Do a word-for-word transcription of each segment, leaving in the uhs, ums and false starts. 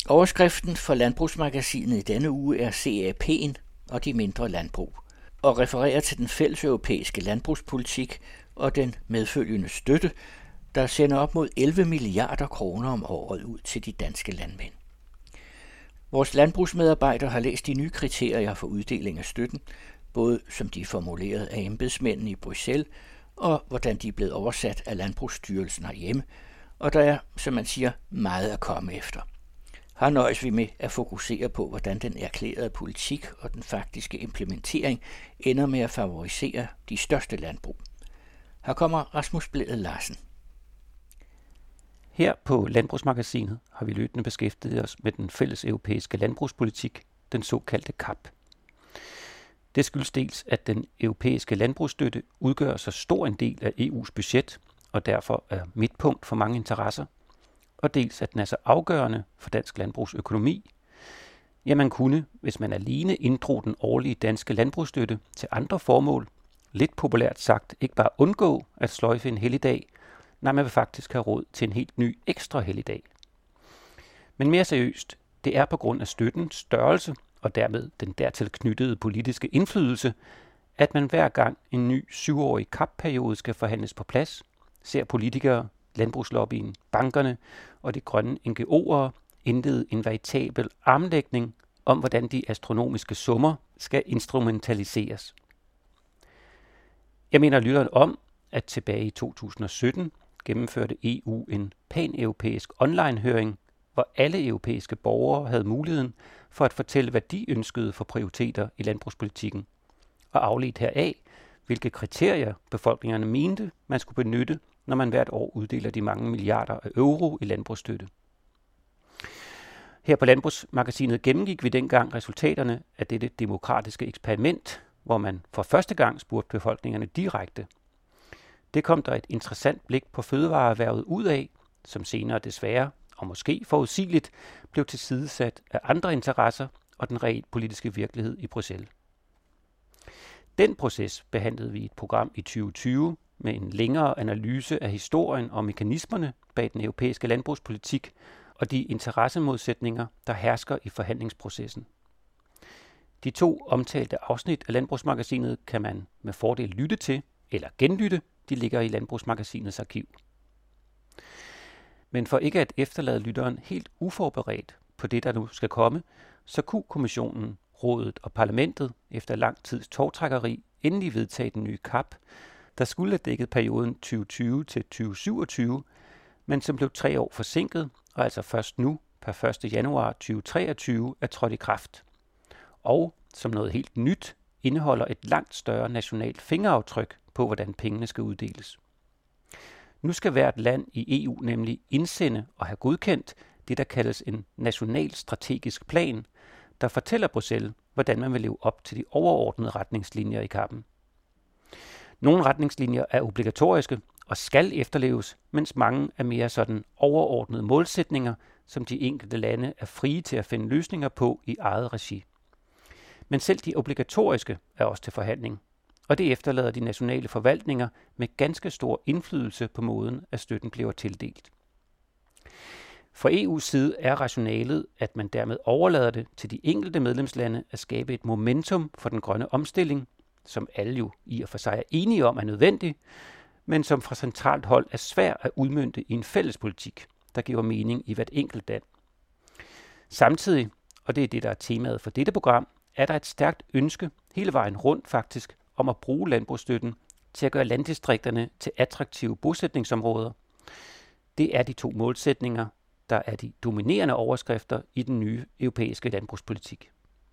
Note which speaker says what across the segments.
Speaker 1: Overskriften for Landbrugsmagasinet i denne uge er C A P'en og de mindre landbrug, og refererer til den fælleseuropæiske landbrugspolitik og den medfølgende støtte, der sender op mod elleve milliarder kroner om året ud til de danske landmænd. Vores landbrugsmedarbejdere har læst de nye kriterier for uddeling af støtten, både som de er formuleret af embedsmændene i Bruxelles, og hvordan de er blevet oversat af Landbrugsstyrelsen herhjemme, og der er, som man siger, meget at komme efter. Her nøjes vi med at fokusere på, hvordan den erklærede politik og den faktiske implementering ender med at favorisere de største landbrug. Her kommer Rasmus Blædel Larsen.
Speaker 2: Her på Landbrugsmagasinet har vi løbende beskæftiget os med den fælles europæiske landbrugspolitik, den såkaldte C A P. Det skyldes dels, at den europæiske landbrugsstøtte udgør så stor en del af E U's budget, og derfor er midtpunkt for mange interesser, og dels at den er så afgørende for dansk landbrugsøkonomi. Ja, man kunne, hvis man alene inddrog den årlige danske landbrugsstøtte til andre formål, lidt populært sagt, ikke bare undgå at sløjfe en helligdag, nej, man vil faktisk have råd til en helt ny ekstra helligdag. Men mere seriøst, det er på grund af støttens størrelse og dermed den dertil knyttede politiske indflydelse, at man hver gang en ny syvårig C A P-periode skal forhandles på plads, ser politikere, landbrugslobbyen, bankerne og de grønne N G O'ere indlede en veritabel armlægning om, hvordan de astronomiske summer skal instrumentaliseres. Jeg mener lytteren om, at tilbage i to tusind og sytten gennemførte E U en pan-europæisk online-høring, hvor alle europæiske borgere havde muligheden for at fortælle, hvad de ønskede for prioriteter i landbrugspolitikken, og afledt heraf, hvilke kriterier befolkningerne mente, man skulle benytte, når man hvert år uddeler de mange milliarder af euro i landbrugsstøtte. Her på Landbrugsmagasinet gennemgik vi dengang resultaterne af dette demokratiske eksperiment, hvor man for første gang spurgte befolkningerne direkte. Det kom der et interessant blik på fødevareerhvervet ud af, som senere desværre, og måske forudsigeligt, blev tilsidesat af andre interesser og den reelt politiske virkelighed i Bruxelles. Den proces behandlede vi i et program i tyve tyve med en længere analyse af historien og mekanismerne bag den europæiske landbrugspolitik og de interessemodsætninger, der hersker i forhandlingsprocessen. De to omtalte afsnit af Landbrugsmagasinet kan man med fordel lytte til eller genlytte. De ligger i Landbrugsmagasinets arkiv. Men for ikke at efterlade lytteren helt uforberedt på det, der nu skal komme, så kunne kommissionen, rådet og parlamentet efter lang tids tovtrækkeri endelig vedtage den nye C A P, der skulle have dækket perioden tyve tyve til tyve syvogtyve, men som blev tre år forsinket og altså først nu per første januar tyve treogtyve er trådt i kraft. Og som noget helt nyt indeholder et langt større nationalt fingeraftryk på, hvordan pengene skal uddeles. Nu skal hvert land i E U nemlig indsende og have godkendt det, der kaldes en national strategisk plan, der fortæller Bruxelles, hvordan man vil leve op til de overordnede retningslinjer i C A P'en. Nogle retningslinjer er obligatoriske og skal efterleves, mens mange er mere sådan overordnede målsætninger, som de enkelte lande er frie til at finde løsninger på i eget regi. Men selv de obligatoriske er også til forhandling, og det efterlader de nationale forvaltninger med ganske stor indflydelse på måden, at støtten bliver tildelt. Fra E U's side er rationalet, at man dermed overlader det til de enkelte medlemslande at skabe et momentum for den grønne omstilling, som alle jo i og for sig er enige om er nødvendig, men som fra centralt hold er svær at udmønte i en fælles politik, der giver mening i hvert enkelt land. Samtidig, og det er det, der er temaet for dette program, er der et stærkt ønske hele vejen rundt faktisk om at bruge landbrugsstøtten til at gøre landdistrikterne til attraktive bosætningsområder. Det er de to målsætninger, der er de dominerende overskrifter i den nye europæiske landbrugspolitik.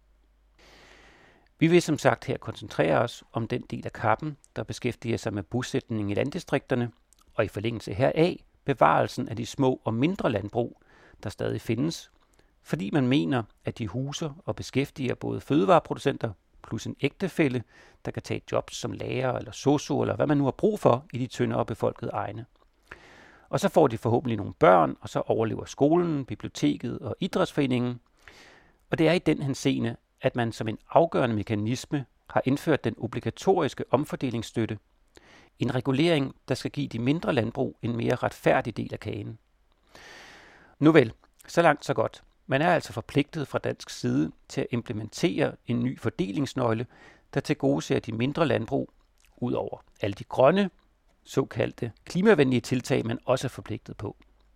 Speaker 2: Vi vil som sagt her koncentrere os om den del af C A P'en, der beskæftiger sig med bosætning i landdistrikterne, og i forlængelse heraf bevarelsen af de små og mindre landbrug, der stadig findes, fordi man mener, at de huser og beskæftiger både fødevareproducenter plus en ægtefælle, der kan tage jobs som lærer eller sosu eller hvad man nu har brug for i de tyndere befolkede egne. Og så får de forhåbentlig nogle børn, og så overlever skolen, biblioteket og idrætsforeningen. Og det er i den henseende, at man som en afgørende mekanisme har indført den obligatoriske omfordelingsstøtte. En regulering, der skal give de mindre landbrug en mere retfærdig del af kagen. Nu vel, så langt så godt. Man er altså forpligtet fra dansk side til at implementere en ny fordelingsnøgle, der tilgodeser de mindre landbrug, ud over alle de grønne, såkaldte klimavenlige tiltag, man også er forpligtet på.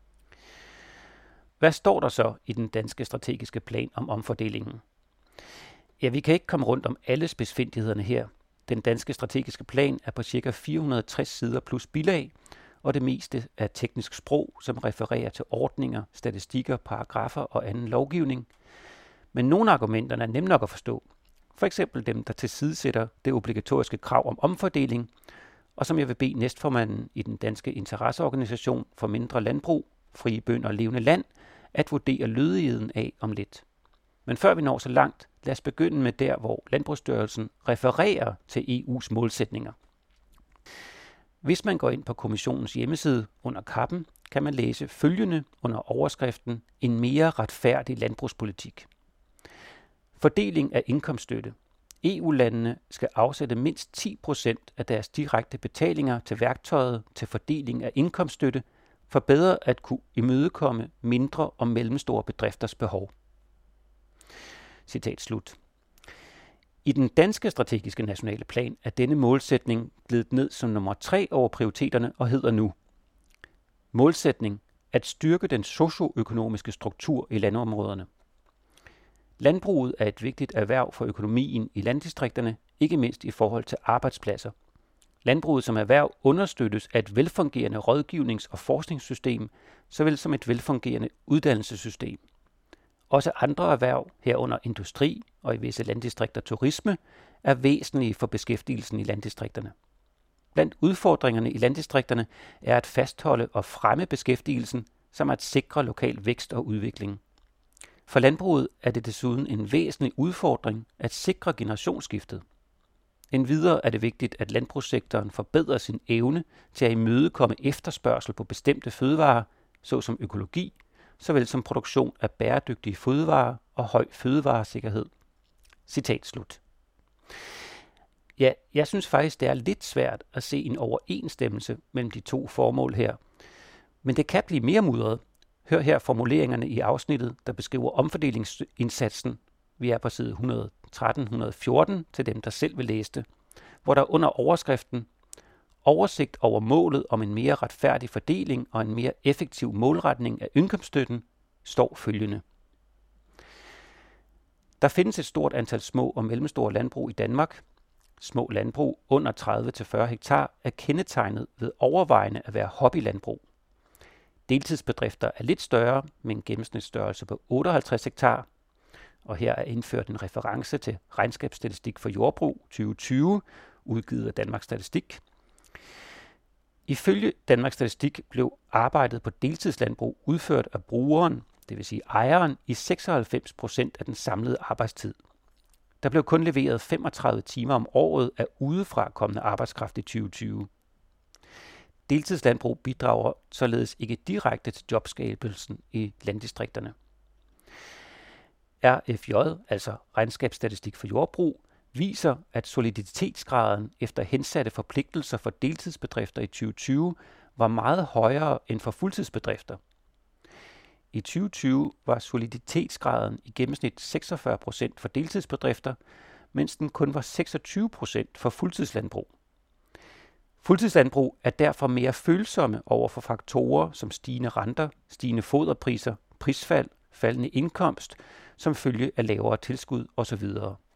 Speaker 2: Hvad står der så i den danske strategiske plan om omfordelingen? Ja, vi kan ikke komme rundt om alle spidsfindighederne her. Den danske strategiske plan er på ca. fire hundrede og tres sider plus bilag, og det meste er teknisk sprog, som refererer til ordninger, statistikker, paragrafer og anden lovgivning. Men nogle af argumenterne er nemme nok at forstå. For eksempel dem, der tilsidesætter det obligatoriske krav om omfordeling, og som jeg vil bede næstformanden i den danske interesseorganisation for mindre landbrug, Frie Bønder og Levende Land, at vurdere lødigheden af om lidt. Men før vi når så langt, lad os begynde med der, hvor Landbrugsstyrelsen refererer til E U's målsætninger. Hvis man går ind på kommissionens hjemmeside under kappen, kan man læse følgende under overskriften En mere retfærdig landbrugspolitik. Fordeling af indkomststøtte. E U-landene skal afsætte mindst ti procent af deres direkte betalinger til værktøjet til fordeling af indkomststøtte, for bedre at kunne imødekomme mindre og mellemstore bedrifters behov. Citat slut. I den danske strategiske nationale plan er denne målsætning blevet ned som nummer tre over prioriteterne og hedder nu: målsætning at styrke den socioøkonomiske struktur i landområderne. Landbruget er et vigtigt erhverv for økonomien i landdistrikterne, ikke mindst i forhold til arbejdspladser. Landbruget som erhverv understøttes af et velfungerende rådgivnings- og forskningssystem, såvel som et velfungerende uddannelsessystem. Også andre erhverv, herunder industri og i visse landdistrikter turisme, er væsentlige for beskæftigelsen i landdistrikterne. Blandt udfordringerne i landdistrikterne er at fastholde og fremme beskæftigelsen, som at sikre lokal vækst og udvikling. For landbruget er det desuden en væsentlig udfordring at sikre generationsskiftet. Endvidere er det vigtigt, at landbrugssektoren forbedrer sin evne til at imødekomme efterspørgsel på bestemte fødevarer, såsom økologi, såvel som produktion af bæredygtige fødevarer og høj fødevaresikkerhed. Citat slut. Ja, jeg synes faktisk, det er lidt svært at se en overensstemmelse mellem de to formål her. Men det kan blive mere mudret. Hør her formuleringerne i afsnittet, der beskriver omfordelingsindsatsen. Vi er på side et hundrede og tretten til et hundrede og fjorten til dem, der selv vil læse det, hvor der under overskriften Oversigt over målet om en mere retfærdig fordeling og en mere effektiv målretning af indkomststøtten står følgende. Der findes et stort antal små og mellemstore landbrug i Danmark. Små landbrug under tredive til fyrre hektar er kendetegnet ved overvejende at være hobbylandbrug. Deltidsbedrifter er lidt større med en gennemsnitsstørrelse på otteoghalvtreds hektar, og her er indført en reference til regnskabsstatistik for jordbrug tyve tyve, udgivet af Danmarks Statistik. Ifølge Danmarks Statistik blev arbejdet på deltidslandbrug udført af brugeren, det vil sige ejeren, i seksoghalvfems procent af den samlede arbejdstid. Der blev kun leveret femogtredive timer om året af udefra kommende arbejdskraft i tyve tyve. Deltidslandbrug bidrager således ikke direkte til jobskabelsen i landdistrikterne. R F J, altså regnskabsstatistik for jordbrug, viser, at soliditetsgraden efter hensatte forpligtelser for deltidsbedrifter i tyve tyve var meget højere end for fuldtidsbedrifter. I tyve tyve var soliditetsgraden i gennemsnit seksogfyrre procent for deltidsbedrifter, mens den kun var seksogtyve procent for fuldtidslandbrug. Fuldtidslandbrug er derfor mere følsomme over for faktorer som stigende renter, stigende foderpriser, prisfald, faldende indkomst, som følge af lavere tilskud osv.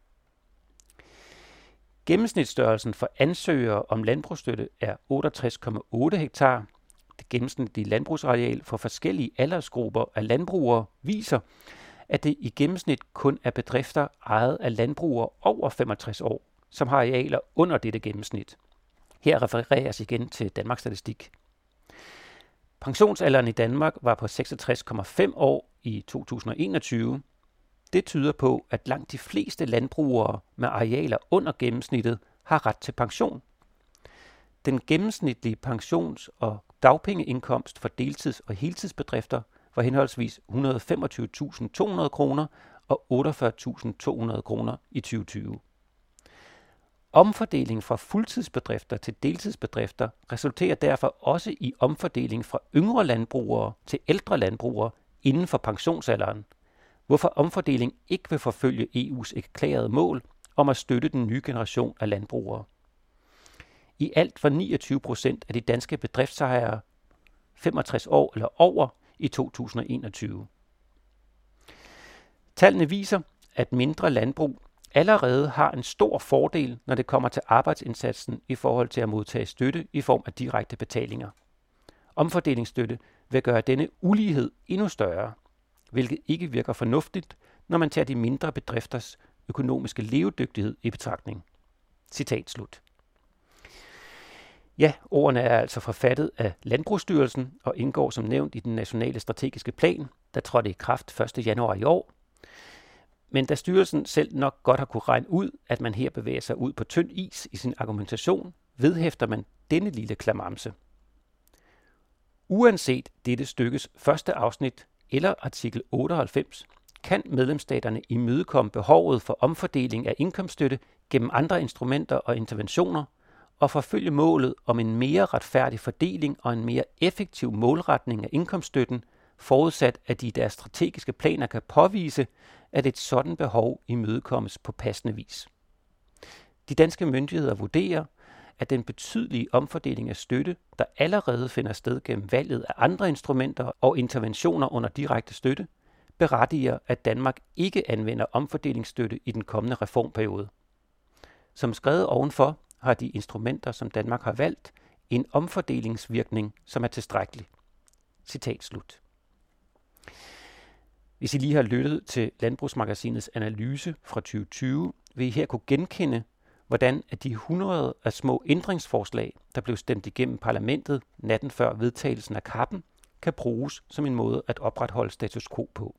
Speaker 2: Gennemsnitsstørrelsen for ansøgere om landbrugsstøtte er otteogtres komma otte hektar. Det gennemsnitlige landbrugsareal for forskellige aldersgrupper af landbrugere viser, at det i gennemsnit kun er bedrifter ejet af landbrugere over femogtres år, som har arealer under dette gennemsnit. Her refereres igen til Danmarks Statistik. Pensionsalderen i Danmark var på seksogtres komma fem år i to tusind og enogtyve. Det tyder på, at langt de fleste landbrugere med arealer under gennemsnittet har ret til pension. Den gennemsnitlige pensions- og dagpengeindkomst for deltids- og heltidsbedrifter var henholdsvis et hundrede og femogtyve tusind to hundrede kroner og otteogfyrre tusind to hundrede kroner i tyve tyve. Omfordeling fra fuldtidsbedrifter til deltidsbedrifter resulterer derfor også i omfordeling fra yngre landbrugere til ældre landbrugere inden for pensionsalderen. hvorfor omfordeling ikke vil forfølge E U's erklærede mål om at støtte den nye generation af landbrugere. I alt var niogtyve procent af de danske bedriftsejere femogtres år eller over i to tusind og enogtyve. Tallene viser, at mindre landbrug allerede har en stor fordel, når det kommer til arbejdsindsatsen i forhold til at modtage støtte i form af direkte betalinger. Omfordelingsstøtte vil gøre denne ulighed endnu større, hvilket ikke virker fornuftigt, når man tager de mindre bedrifters økonomiske levedygtighed i betragtning. Citat slut. Ja, ordene er altså forfattet af Landbrugsstyrelsen og indgår som nævnt i den nationale strategiske plan, der trådte i kraft første januar i år. Men da styrelsen selv nok godt har kunne regne ud, at man her bevæger sig ud på tynd is i sin argumentation, vedhæfter man denne lille klamamse. Uanset dette stykkes første afsnit eller artikel otteoghalvfems, kan medlemsstaterne imødekomme behovet for omfordeling af indkomststøtte gennem andre instrumenter og interventioner, og forfølge målet om en mere retfærdig fordeling og en mere effektiv målretning af indkomststøtten, forudsat at de i deres strategiske planer kan påvise, at et sådan behov imødekommes på passende vis. De danske myndigheder vurderer, at den betydelige omfordeling af støtte, der allerede finder sted gennem valget af andre instrumenter og interventioner under direkte støtte, berettiger, at Danmark ikke anvender omfordelingsstøtte i den kommende reformperiode. Som skrevet ovenfor, har de instrumenter, som Danmark har valgt, en omfordelingsvirkning, som er tilstrækkelig. Citat slut. Hvis I lige har lyttet til Landbrugsmagasinets analyse fra tyve tyve, vil I her kunne genkende, hvordan at de hundrede af små ændringsforslag, der blev stemt igennem parlamentet natten før vedtagelsen af kappen, kan bruges som en måde at opretholde status quo på.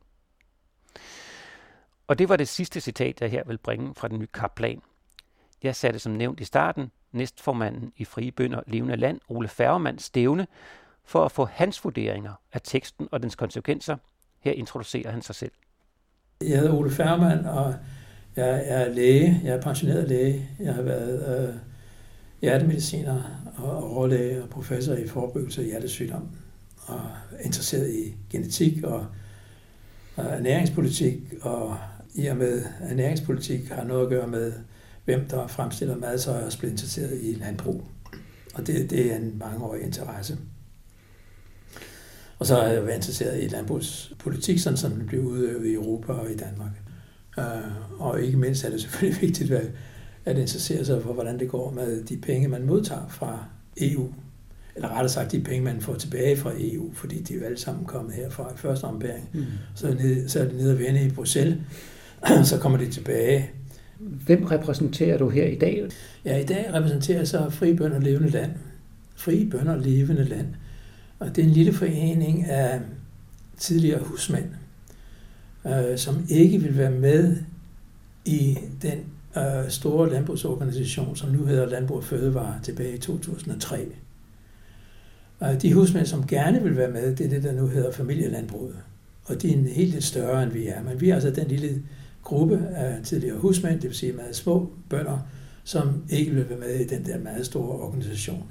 Speaker 2: Og det var det sidste citat, jeg her vil bringe fra den nye kapplan. Jeg satte som nævnt i starten næstformanden i Frie Bønder Levende Land, Ole Færgemann, stævne for at få hans vurderinger af teksten og dens konsekvenser. Her introducerer han sig selv.
Speaker 3: Jeg hedder Ole Færgemann, og jeg er læge. Jeg er pensioneret læge. Jeg har været øh, hjertemediciner og overlæge og professor i forebyggelse af hjertesygdom. Og interesseret i genetik og, og ernæringspolitik. Og i og med ernæringspolitik har noget at gøre med, hvem der fremstiller mad, så er jeg også blevet interesseret i landbrug. Og det, det er en mangeårig interesse. Og så er jeg været interesseret i landbrugspolitik, sådan som det bliver udøvet i Europa og i Danmark. Uh, og ikke mindst er det selvfølgelig vigtigt at, at interessere sig for, hvordan det går med de penge, man modtager fra E U. Eller rettere sagt, de penge, man får tilbage fra E U, fordi de er jo alle sammen kommet her fra første ombæring. Mm. Så, er ned, så er det nede og vende i Bruxelles, så kommer de tilbage.
Speaker 2: Hvem repræsenterer du her i dag?
Speaker 3: Ja, i dag repræsenterer jeg så Frie Bønder Levende Land. Frie Bønder Levende Land. Og det er en lille forening af tidligere husmænd, øh, som ikke vil være med i den øh, store landbrugsorganisation, som nu hedder Landbrug og Fødevare, tilbage i to tusind og tre. Og de husmænd, som gerne vil være med, det er det, der nu hedder familielandbruget. Og de er en helt lidt større, end vi er. Men vi er altså den lille gruppe af tidligere husmænd, det vil sige meget små bønder, som ikke vil være med i den der meget store organisation.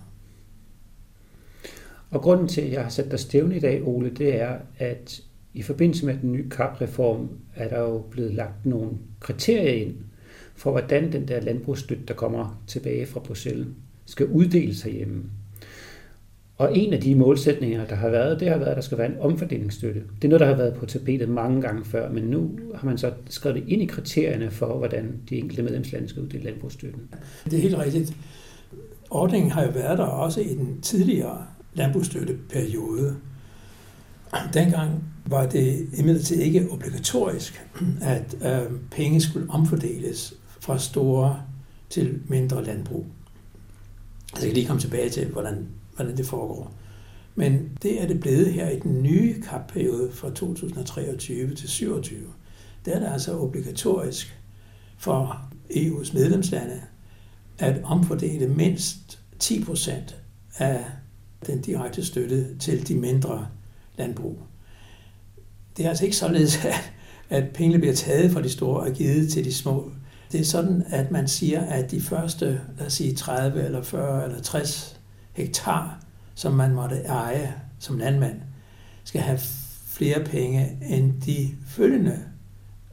Speaker 4: Og grunden til, at jeg har sat dig stævne i dag, Ole, det er, at i forbindelse med den nye C A P-reform er der jo blevet lagt nogle kriterier ind for, hvordan den der landbrugsstøtte, der kommer tilbage fra Bruxelles, skal uddeles herhjemme. Og en af de målsætninger, der har været, det har været, at der skal være en omfordelingsstøtte. Det er noget, der har været på tapetet mange gange før, men nu har man så skrevet det ind i kriterierne for, hvordan de enkelte medlemslande skal uddele landbrugsstøtten.
Speaker 3: Det er helt rigtigt. Ordningen har jo været der også i den tidligere landbrugsstøtteperiode. Dengang var det imidlertid ikke obligatorisk, at øh, penge skulle omfordeles fra store til mindre landbrug. Altså, jeg kan lige komme tilbage til, hvordan, hvordan det foregår. Men det er det blevet her i den nye C A P-periode fra to tusind og treogtyve til syvogtyve. Der er det altså obligatorisk for E U's medlemslande at omfordele mindst ti procent af den direkte støtte til de mindre landbrug. Det er altså ikke således, at, at pengene bliver taget fra de store og givet til de små. Det er sådan, at man siger, at de første, lad os sige, tredive eller fyrre eller tres hektar, som man måtte eje som landmand, skal have flere penge end de følgende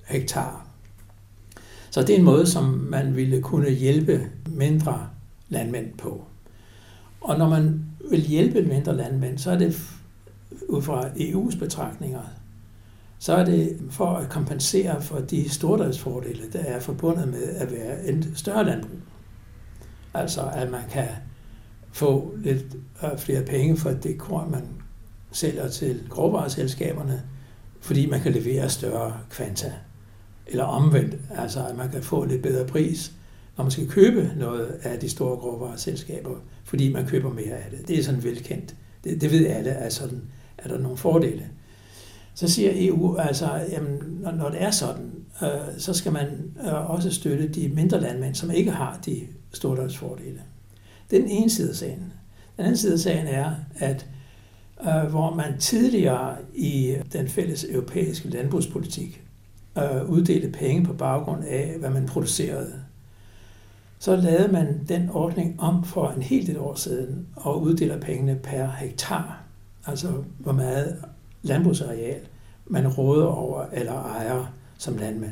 Speaker 3: hektar. Så det er en måde, som man ville kunne hjælpe mindre landmænd på. Og når man vil hjælpe mindre landmænd, så er det ud fra E U's betragtninger, så er det for at kompensere for de stordriftsfordele, der er forbundet med at være en større landbrug. Altså at man kan få lidt flere penge for det korn, man sælger til grovvareselskaberne, fordi man kan levere større kvanta. Eller omvendt, altså at man kan få lidt bedre pris, når man skal købe noget af de store grovvareselskaber, fordi man køber mere af det. Det er sådan velkendt. Det, det ved alle, at sådan er der nogle fordele. Så siger E U, altså, jamen, når, når det er sådan, øh, så skal man øh, også støtte de mindre landmænd, som ikke har de stordriftsfordele. Det er den ene side af sagen. Den anden side af sagen er, at øh, hvor man tidligere i den fælles europæiske landbrugspolitik øh, uddelte penge på baggrund af, hvad man producerede, så lavede man den ordning om for en helt et år siden og uddeler pengene per hektar. Altså hvor meget landbrugsareal man råder over eller ejer som landmand.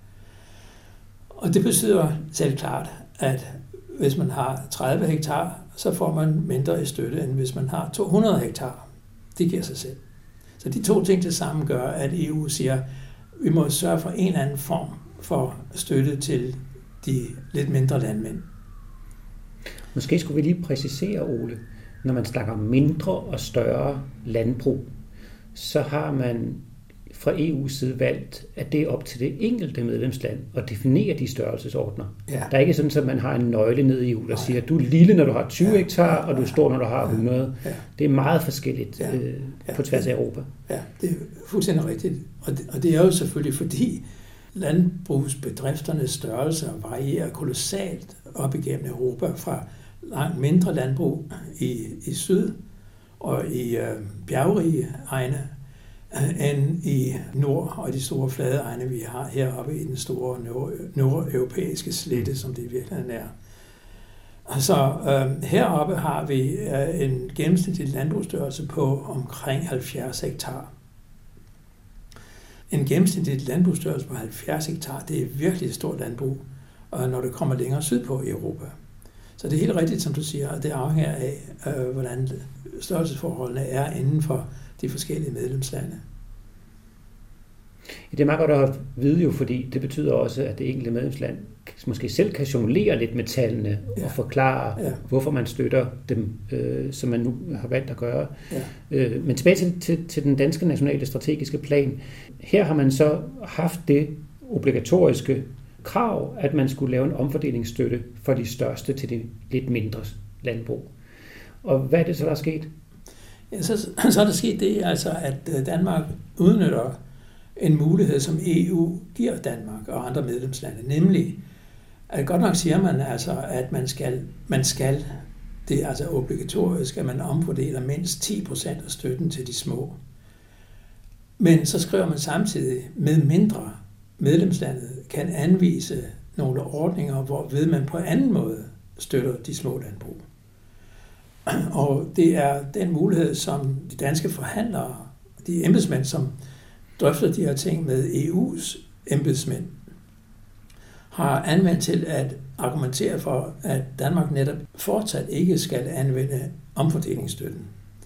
Speaker 3: Og det betyder selv klart, at hvis man har tredive hektar, så får man mindre i støtte, end hvis man har to hundrede hektar. Det giver sig selv. Så de to ting til sammen gør, at E U siger, at vi må sørge for en eller anden form for støtte til de lidt mindre landmænd.
Speaker 4: Måske skulle vi lige præcisere, Ole, når man snakker mindre og større landbrug, så har man fra E U's side valgt, at det er op til det enkelte medlemsland at definere de størrelsesordner. Ja. Der er ikke sådan, at man har en nøgle ned i E U, der Nej. siger, at du er lille, når du har tyve ja. hektar, og du er stor, når du har hundrede. Ja. Det er meget forskelligt ja. Øh, på tværs af Europa.
Speaker 3: Ja, det er fuldstændig rigtigt. Og det, og det er jo selvfølgelig fordi landbrugsbedrifternes størrelse varierer kolossalt op igennem Europa fra langt mindre landbrug i, i syd og i øh, bjergrige egne øh, end i nord og de store flade egne, vi har heroppe i den store nord, nordeuropæiske slette, som det i virkeligheden er. Altså øh, heroppe har vi øh, en gennemsnitlig landbrugsstørrelse på omkring halvfjerds hektar. En gennemsnitlig landbrugsstørrelse på halvfjerds hektar, det er virkelig et stort landbrug, når det kommer længere sydpå i Europa. Så det er helt rigtigt, som du siger, at det afhænger af, øh, hvordan størrelsesforholdene er inden for de forskellige medlemslande.
Speaker 4: Det er meget godt at vide jo, fordi det betyder også, at det enkelte medlemsland måske selv kan jonglere lidt med tallene ja. og forklare, ja. hvorfor man støtter dem, øh, som man nu har valgt at gøre. Ja. Øh, men tilbage til, til, til den danske nationale strategiske plan. Her har man så haft det obligatoriske krav, at man skulle lave en omfordelingsstøtte for de største til de lidt mindre landbrug. Og hvad er det så, der er sket?
Speaker 3: Ja, så, så er der sket det, altså, at Danmark udnytter en mulighed, som E U giver Danmark og andre medlemslande, nemlig, at godt nok siger man altså, at man skal, man skal, det er altså obligatorisk, at man omfordeler mindst ti procent af støtten til de små. Men så skriver man samtidig, med mindre medlemslandet kan anvise nogle ordninger, hvorved man på anden måde støtter de små landbrug. Og det er den mulighed, som de danske forhandlere, de embedsmænd, som drøfter de her ting med E U's embedsmænd, har anvendt til at argumentere for, at Danmark netop fortsat ikke skal anvende omfordelingsstøtten.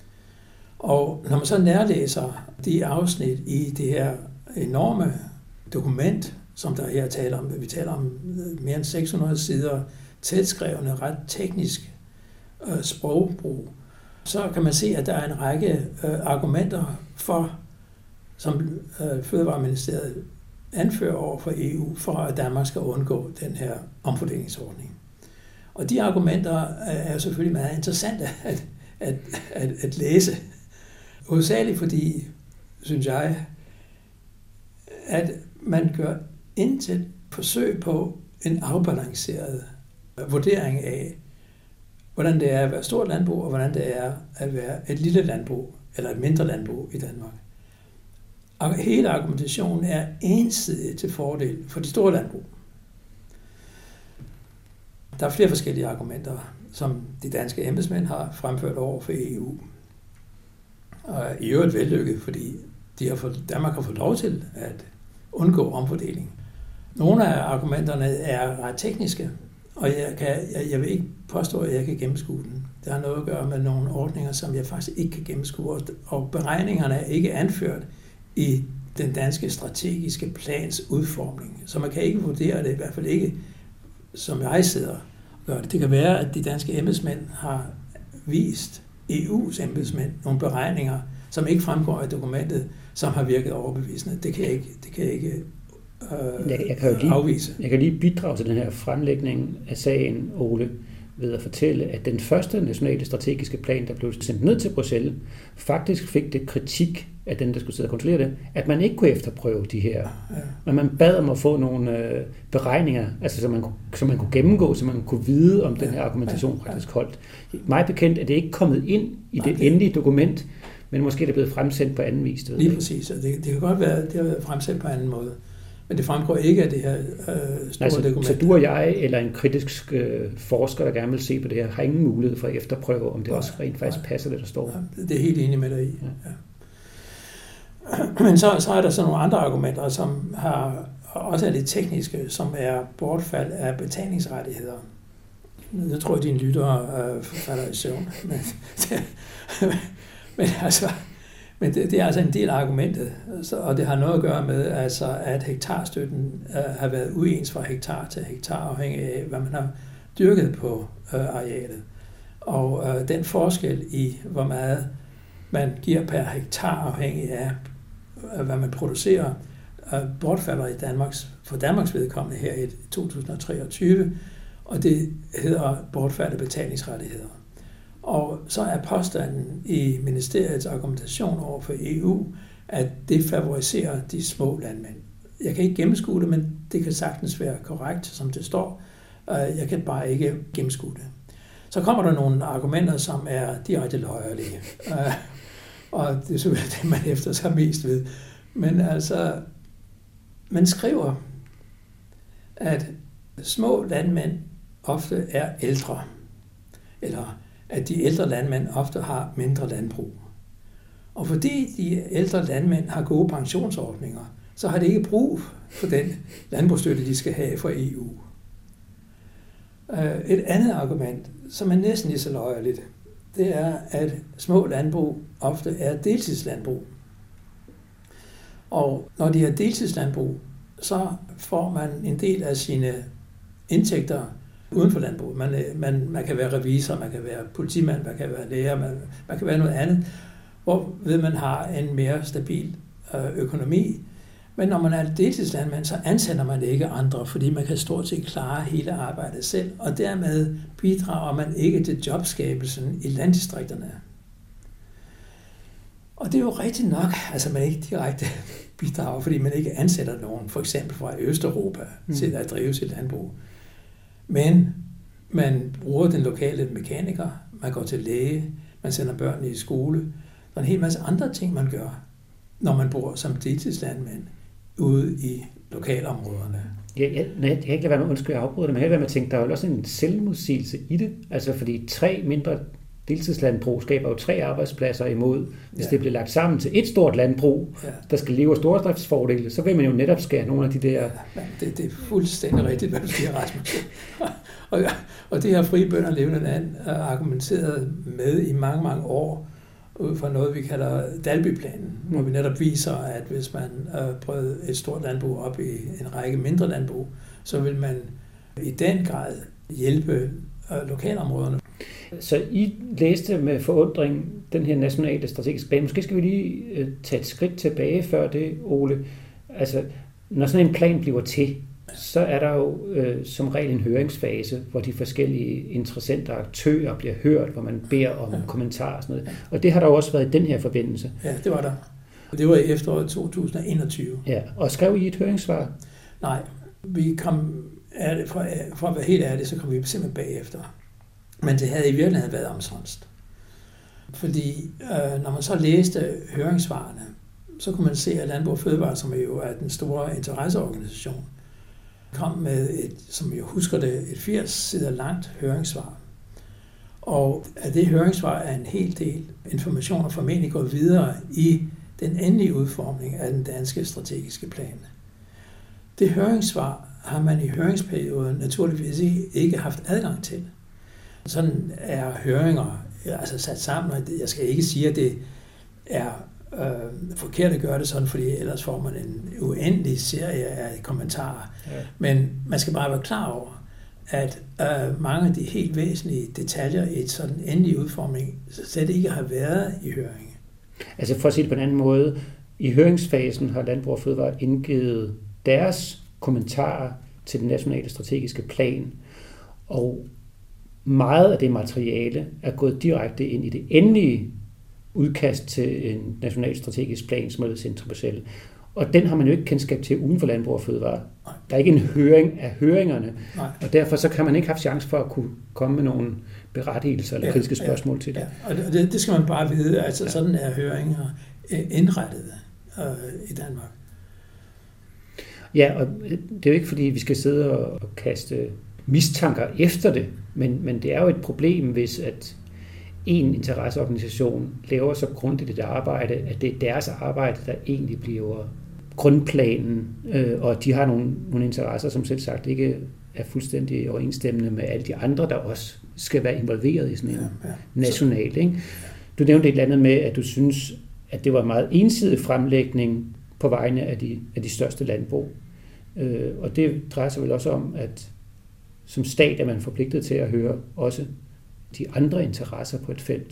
Speaker 3: Og når man så nærlæser de afsnit i det her enorme dokument, som der her taler om, vi taler om mere end seks hundrede sider, tætskrevne, ret teknisk øh, sprogbrug, så kan man se, at der er en række øh, argumenter for, som øh, Fødevareministeriet anfører over for E U, for at Danmark skal undgå den her omfordelingsordning. Og de argumenter er selvfølgelig meget interessante at, at, at, at læse. Hovedsageligt fordi, synes jeg, at man gør intet forsøg på en afbalanceret vurdering af, hvordan det er at være stort landbrug, og hvordan det er at være et lille landbrug, eller et mindre landbrug i Danmark. Og hele argumentationen er ensidig til fordel for de store landbrug. Der er flere forskellige argumenter, som de danske embedsmænd har fremført over for E U. Og i øvrigt vellykket, fordi de har fået, Danmark har fået lov til at undgå omfordeling. Nogle af argumenterne er ret tekniske, og jeg, kan, jeg, jeg vil ikke påstå, at jeg kan gennemskue den. Det har noget at gøre med nogle ordninger, som jeg faktisk ikke kan gennemskue, og beregningerne er ikke anført i den danske strategiske plans udformning. Så man kan ikke vurdere det, i hvert fald ikke, som jeg sidder og gør det. Det kan være, at de danske embedsmænd har vist E U's embedsmænd nogle beregninger, som ikke fremgår af dokumentet, som har virket overbevisende. Det kan jeg ikke, det kan jeg ikke øh,
Speaker 4: jeg, jeg kan jo lige,
Speaker 3: afvise.
Speaker 4: Jeg kan lige bidrage til den her fremlægning af sagen, Ole, ved at fortælle, at den første nationale strategiske plan, der blev sendt ned til Bruxelles, faktisk fik det kritik af den, der skulle sidde og kontrollere det, at man ikke kunne efterprøve de her. Ja. Men man bad om at få nogle øh, beregninger, altså, så, man, så man kunne gennemgå, så man kunne vide, om den her argumentation faktisk holdt. Mig bekendt er det ikke kommet ind i Nej, det, det endelige dokument, men måske er det blevet fremsendt på anden vis.
Speaker 3: Lige præcis. Det, det kan godt være, at det har været fremsendt på anden måde. Men det fremgår ikke af det her øh, store
Speaker 4: altså,
Speaker 3: dokument.
Speaker 4: Så du og jeg, eller en kritisk øh, forsker, der gerne vil se på det her, har ingen mulighed for at efterprøve, om det nej, også rent faktisk nej. passer, det der står.
Speaker 3: Ja, det er helt enig med dig i. Ja. Ja. Men så, så er der så nogle andre argumenter, som har også er lidt tekniske, som er bortfald af betalingsrettigheder. Jeg tror, at dine lyttere øh, falder i søvn. Men, men altså... Men det, det er altså en del af argumentet, og det har noget at gøre med, altså, at hektarstøtten øh, har været uens fra hektar til hektar, afhængig af, hvad man har dyrket på øh, arealet. Og øh, den forskel i, hvor meget man giver per hektar, afhængig af, øh, hvad man producerer, øh, bortfalder i Danmarks, for Danmarks vedkommende her i to tusind treogtyve, og det hedder bortfald af betalingsrettigheder. Og så er påstanden i ministeriets argumentation over for E U, at det favoriserer de små landmænd. Jeg kan ikke gennemskue det, men det kan sagtens være korrekt, som det står. Jeg kan bare ikke gennemskue det. Så kommer der nogle argumenter, som er direkte løjerlige. Og det er selvfølgelig det, man efter sig mest ved. Men altså, man skriver, at små landmænd ofte er ældre, eller at de ældre landmænd ofte har mindre landbrug. Og fordi de ældre landmænd har gode pensionsordninger, så har de ikke brug for den landbrugsstøtte, de skal have fra E U. Et andet argument, som er næsten lige så løjerligt, det er, at små landbrug ofte er deltidslandbrug. Og når de er deltidslandbrug, så får man en del af sine indtægter uden for landbrug. Man, man, man kan være revisor, man kan være politimand, man kan være lærer, man, man kan være noget andet, hvor ved man har en mere stabil øh, økonomi. Men når man er deltidslandmand, så ansætter man ikke andre, fordi man kan stort set klare hele arbejdet selv, og dermed bidrager man ikke til jobskabelsen i landdistrikterne. Og det er jo rigtigt nok, altså man ikke direkte bidrager, fordi man ikke ansætter nogen, for eksempel fra Østeuropa, mm. til at drive sit landbrug. Men man bruger den lokale mekaniker, man går til læge, man sender børnene i skole. Der er en hel masse andre ting, man gør, når man bor som deltidslandmand ude i lokalområderne.
Speaker 4: Ja, ja, nej, jeg kan ikke lade være med, undskyld, jeg afbryder det, men jeg kan være med at tænke, der er jo også en selvmodsigelse i det. Altså fordi tre mindre deltidslandbrug skaber jo tre arbejdspladser imod. Hvis ja. det bliver lagt sammen til et stort landbrug, ja. der skal leve af stordriftsfordele, så vil man jo netop skære nogle af de der...
Speaker 3: Ja, det, det er fuldstændig rigtigt, hvad du siger, Rasmus. og, og det har Frie Bønder Levende Land argumenteret med i mange, mange år, ud fra noget, vi kalder Dalbyplanen, mm. hvor vi netop viser, at hvis man øh, brød et stort landbrug op i en række mindre landbrug, så vil man i den grad hjælpe øh, lokalområderne.
Speaker 4: Så I læste med forundring den her nationale strategiske plan. Måske skal vi lige øh, tage et skridt tilbage før det, Ole. Altså, når sådan en plan bliver til, så er der jo øh, som regel en høringsfase, hvor de forskellige interessenter og aktører bliver hørt, hvor man beder om ja. kommentarer og sådan noget. Og det har der jo også været i den her forbindelse.
Speaker 3: Ja, det var der. Det var i efteråret to tusind og enogtyve.
Speaker 4: Ja, og skrev I et høringssvar?
Speaker 3: Nej, vi kom, for, for at være helt ærlig, så kom vi simpelthen bagefter. Men det havde i virkeligheden været omsonst. Fordi øh, når man så læste høringssvarene, så kunne man se, at Landbrug og Fødevare, som jo er den store interesseorganisation, kom med et, som jeg husker det, et firs sider langt høringssvar. Og af det høringssvar er en hel del informationer formentlig gået videre i den endelige udformning af den danske strategiske plan. Det høringssvar har man i høringsperioden naturligvis ikke haft adgang til. Sådan er høringer altså sat sammen, og jeg skal ikke sige, at det er øh, forkert at gøre det sådan, fordi ellers får man en uendelig serie af kommentarer. Ja. Men man skal bare være klar over, at øh, mange af de helt væsentlige detaljer i et sådan endelig udformning slet ikke har været i høringen.
Speaker 4: Altså for at sige det på en anden måde, i høringsfasen har Landbrug og Fødevare indgivet deres kommentarer til den nationale strategiske plan, og meget af det materiale er gået direkte ind i det endelige udkast til en national strategisk plan, som er blevet sendt til Bruxelles. Og den har man jo ikke kendskab til uden for Landbrug og Fødevare. Der er ikke en høring af høringerne, Nej. Og derfor så kan man ikke have chance for at kunne komme med nogle berettigelser eller ja, kritiske spørgsmål ja, til det.
Speaker 3: Ja. Og det, det skal man bare vide, altså ja. Sådan er høringer indrettet øh, i Danmark.
Speaker 4: Ja, og det er jo ikke fordi, vi skal sidde og kaste mistanker efter det, men, men det er jo et problem, hvis at en interesseorganisation laver så grundigt et arbejde, at det er deres arbejde, der egentlig bliver grundplanen, øh, og de har nogle, nogle interesser, som selv sagt ikke er fuldstændig overensstemmende med alle de andre, der også skal være involveret i sådan en ja, ja. national. Ikke? Du nævnte et eller andet med, at du synes, at det var en meget ensidig fremlægning på vegne af de, af de største landbrug. Øh, og det drejer sig vel også om, at som stat er man forpligtet til at høre også de andre interesser på et felt.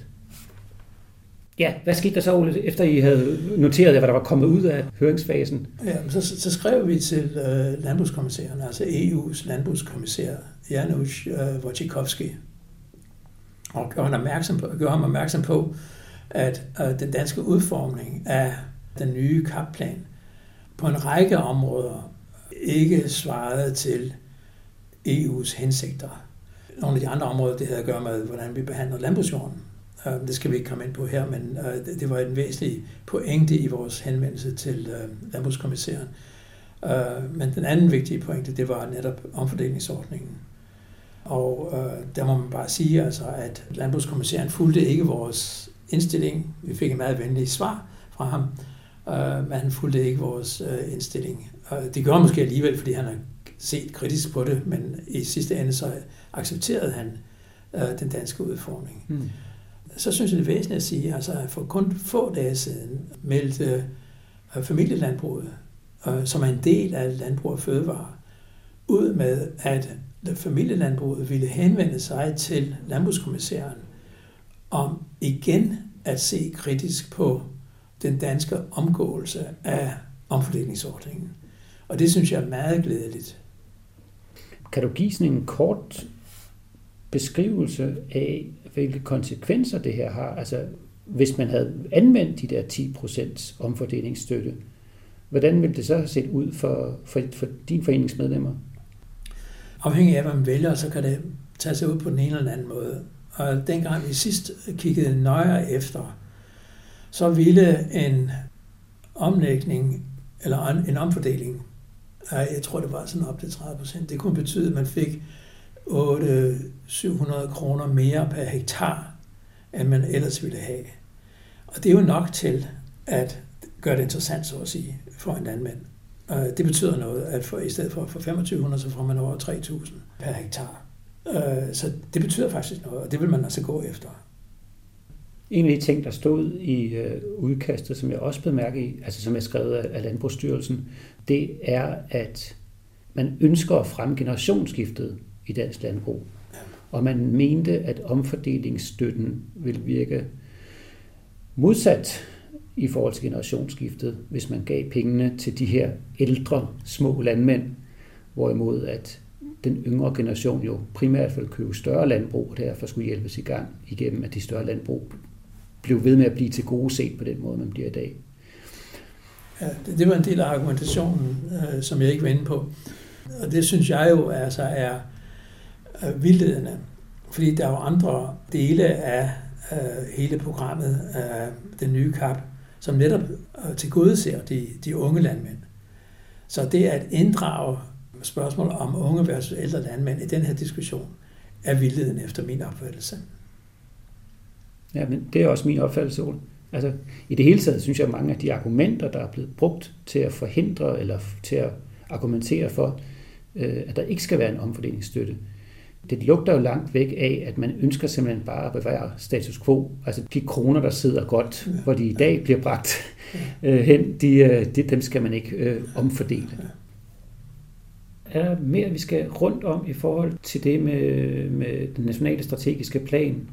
Speaker 4: Ja, hvad skete der så, Ole, efter I havde noteret, hvad der var kommet ud af høringsfasen?
Speaker 3: Ja, så, så skrev vi til øh, landbrugskommissæren, altså E U's landbrugskommissær, Janusz øh, Wojciechowski, og gjorde ham opmærksom på, gjorde ham opmærksom på at øh, den danske udformning af den nye C A P-plan på en række områder ikke svarede til E U's hensigter. Nogle af de andre områder, det havde at gøre med, hvordan vi behandler landbrugsjorden. Det skal vi ikke komme ind på her, men det var en væsentlig pointe i vores henvendelse til landbrugskommissæren. Men den anden vigtige pointe, det var netop omfordelingsordningen. Og der må man bare sige, altså, at landbrugskommissæren fulgte ikke vores indstilling. Vi fik en meget venlig svar fra ham, men han fulgte ikke vores indstilling. Det gjorde han måske alligevel, fordi han har set kritisk på det, men i sidste ende så accepterede han øh, den danske udformning. Mm. Så synes jeg, det er væsentligt at sige, altså for kun få dage siden meldte øh, familielandbruget, øh, som er en del af Landbrug og Fødevare, ud med, at familielandbruget ville henvende sig til landbrugskommissæren om igen at se kritisk på den danske omgåelse af omfordelingsordningen. Og det synes jeg er meget glædeligt.
Speaker 4: Kan du give sådan en kort beskrivelse af, hvilke konsekvenser det her har? Altså, hvis man havde anvendt de der ti procent omfordelingsstøtte, hvordan ville det så have set ud for, for, for dine foreningsmedlemmer?
Speaker 3: Afhængig af, hvad man vælger, så kan det tage sig ud på den ene eller anden måde. Og dengang vi sidst kiggede nøjere efter, så ville en omlægning eller en omfordeling, jeg tror det var sådan op til tredive procent, det kunne betyde, at man fik otte hundrede til syv hundrede kroner mere per hektar, end man ellers ville have. Og det er jo nok til at gøre det interessant, så at sige, for en landmand. Det betyder noget, at for, i stedet for at få femogtyve hundrede, så får man over tre tusind per hektar. Så det betyder faktisk noget, og det vil man altså gå efter.
Speaker 4: En af de ting, der stod i øh, udkastet, som jeg også bemærker i, altså som er skrevet af, af Landbrugsstyrelsen, det er, at man ønsker at fremme generationsskiftet i dansk landbrug. Og man mente, at omfordelingsstøtten vil virke modsat i forhold til generationsskiftet, hvis man gav pengene til de her ældre, små landmænd, hvorimod at den yngre generation jo primært vil købe større landbrug, og derfor skulle hjælpes i gang igennem, at de større landbrug blev ved med at blive til gode set på den måde, man bliver i dag.
Speaker 3: Ja, det, det var en del af argumentationen, øh, som jeg ikke var inde på. Og det synes jeg jo altså er øh, vildledende, fordi der er jo andre dele af øh, hele programmet af den nye C A P, som netop øh, tilgodeser de, de unge landmænd. Så det at inddrage spørgsmål om unge versus ældre landmænd i den her diskussion er vildledende efter min opfattelse.
Speaker 4: Ja, men det er også min opfattelse, Ole. Altså, i det hele taget synes jeg, at mange af de argumenter, der er blevet brugt til at forhindre eller til at argumenterer for, at der ikke skal være en omfordelingsstøtte. Det lugter jo langt væk af, at man ønsker simpelthen bare at bevare status quo. Altså de kroner, der sidder godt, hvor de i dag bliver bragt hen, de, de, dem skal man ikke øh, omfordele. Er der mere, vi skal rundt om i forhold til det med, med den nationale strategiske plan?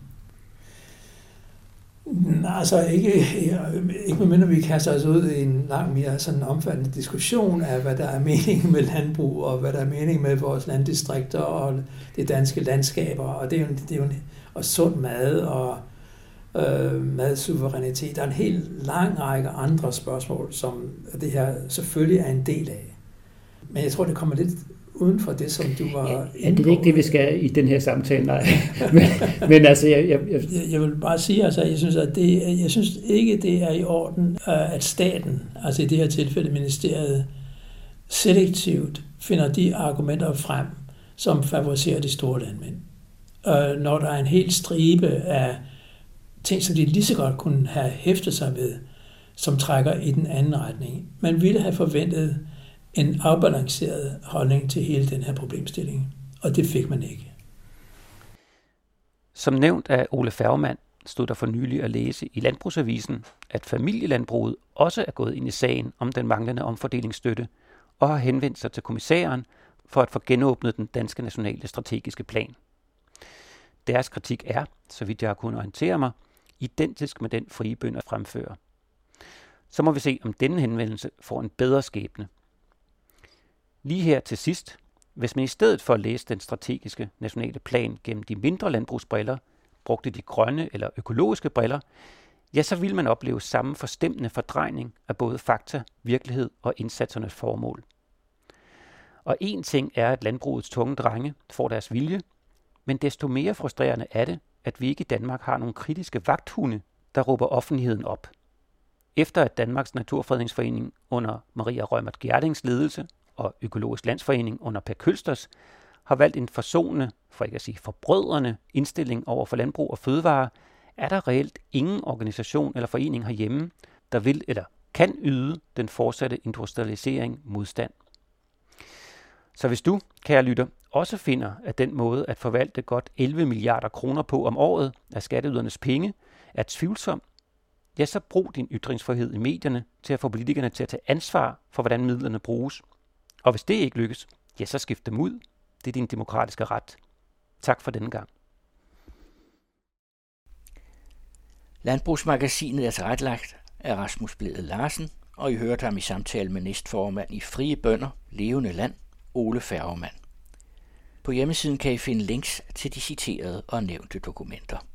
Speaker 3: Nej, altså ikke, ikke medmindre vi kaster os ud i en langt mere sådan omfattende diskussion af, hvad der er meningen med landbrug, og hvad der er meningen med vores landdistrikter og det danske landskaber, og det er jo, det er jo en, og sund mad og øh, madsuverænitet. Der er en helt lang række andre spørgsmål, som det her selvfølgelig er en del af. Men jeg tror, det kommer lidt uden for det, som du var
Speaker 4: ja, inde på. Det er ikke det, vi skal i den her samtale, nej. men, men altså, jeg, jeg, jeg...
Speaker 3: jeg vil bare sige, altså, jeg synes, at det, jeg synes ikke, det er i orden, at staten, altså i det her tilfælde ministeriet, selektivt finder de argumenter frem, som favoriserer de store landmænd. Når der er en hel stribe af ting, som de lige så godt kunne have hæftet sig ved, som trækker i den anden retning. Man ville have forventet en afbalanceret holdning til hele den her problemstilling, og det fik man ikke.
Speaker 2: Som nævnt af Ole Færgemand stod der for nylig at læse i Landbrugsavisen, at familielandbruget også er gået ind i sagen om den manglende omfordelingsstøtte og har henvendt sig til kommissæren for at få genåbnet den danske nationale strategiske plan. Deres kritik er, så vidt jeg har kunnet orientere mig, identisk med den Frie Bønder fremfører. Så må vi se, om denne henvendelse får en bedre skæbne. Lige her til sidst, hvis man i stedet for at læse den strategiske nationale plan gennem de mindre landbrugsbriller, brugte de grønne eller økologiske briller, ja, så vil man opleve samme forstemmende fordrejning af både fakta, virkelighed og indsatsernes formål. Og en ting er, at landbrugets tunge drenge får deres vilje, men desto mere frustrerende er det, at vi ikke i Danmark har nogle kritiske vagthunde, der råber offentligheden op. Efter at Danmarks Naturfredningsforening under Maria Reumert Gjerdings ledelse og Økologisk Landsforening under Per Kølsters har valgt en forsonende, for ikke at sige forbrødrende, indstilling over for landbrug og fødevare, er der reelt ingen organisation eller forening herhjemme, der vil eller kan yde den fortsatte industrialisering modstand. Så hvis du, kære lytter, også finder, at den måde at forvalte godt elleve milliarder kroner på om året af skatteydernes penge er tvivlsom, ja, så brug din ytringsfrihed i medierne til at få politikerne til at tage ansvar for, hvordan midlerne bruges. Og hvis det ikke lykkes, ja, så skift dem ud. Det er din demokratiske ret. Tak for denne gang.
Speaker 1: Landbrugsmagasinet er tilrettelagt af Rasmus Blædel Larsen, og I hørte ham i samtale med næstformand i Frie Bønder, Levende Land, Ole Færgemand. På hjemmesiden kan I finde links til de citerede og nævnte dokumenter.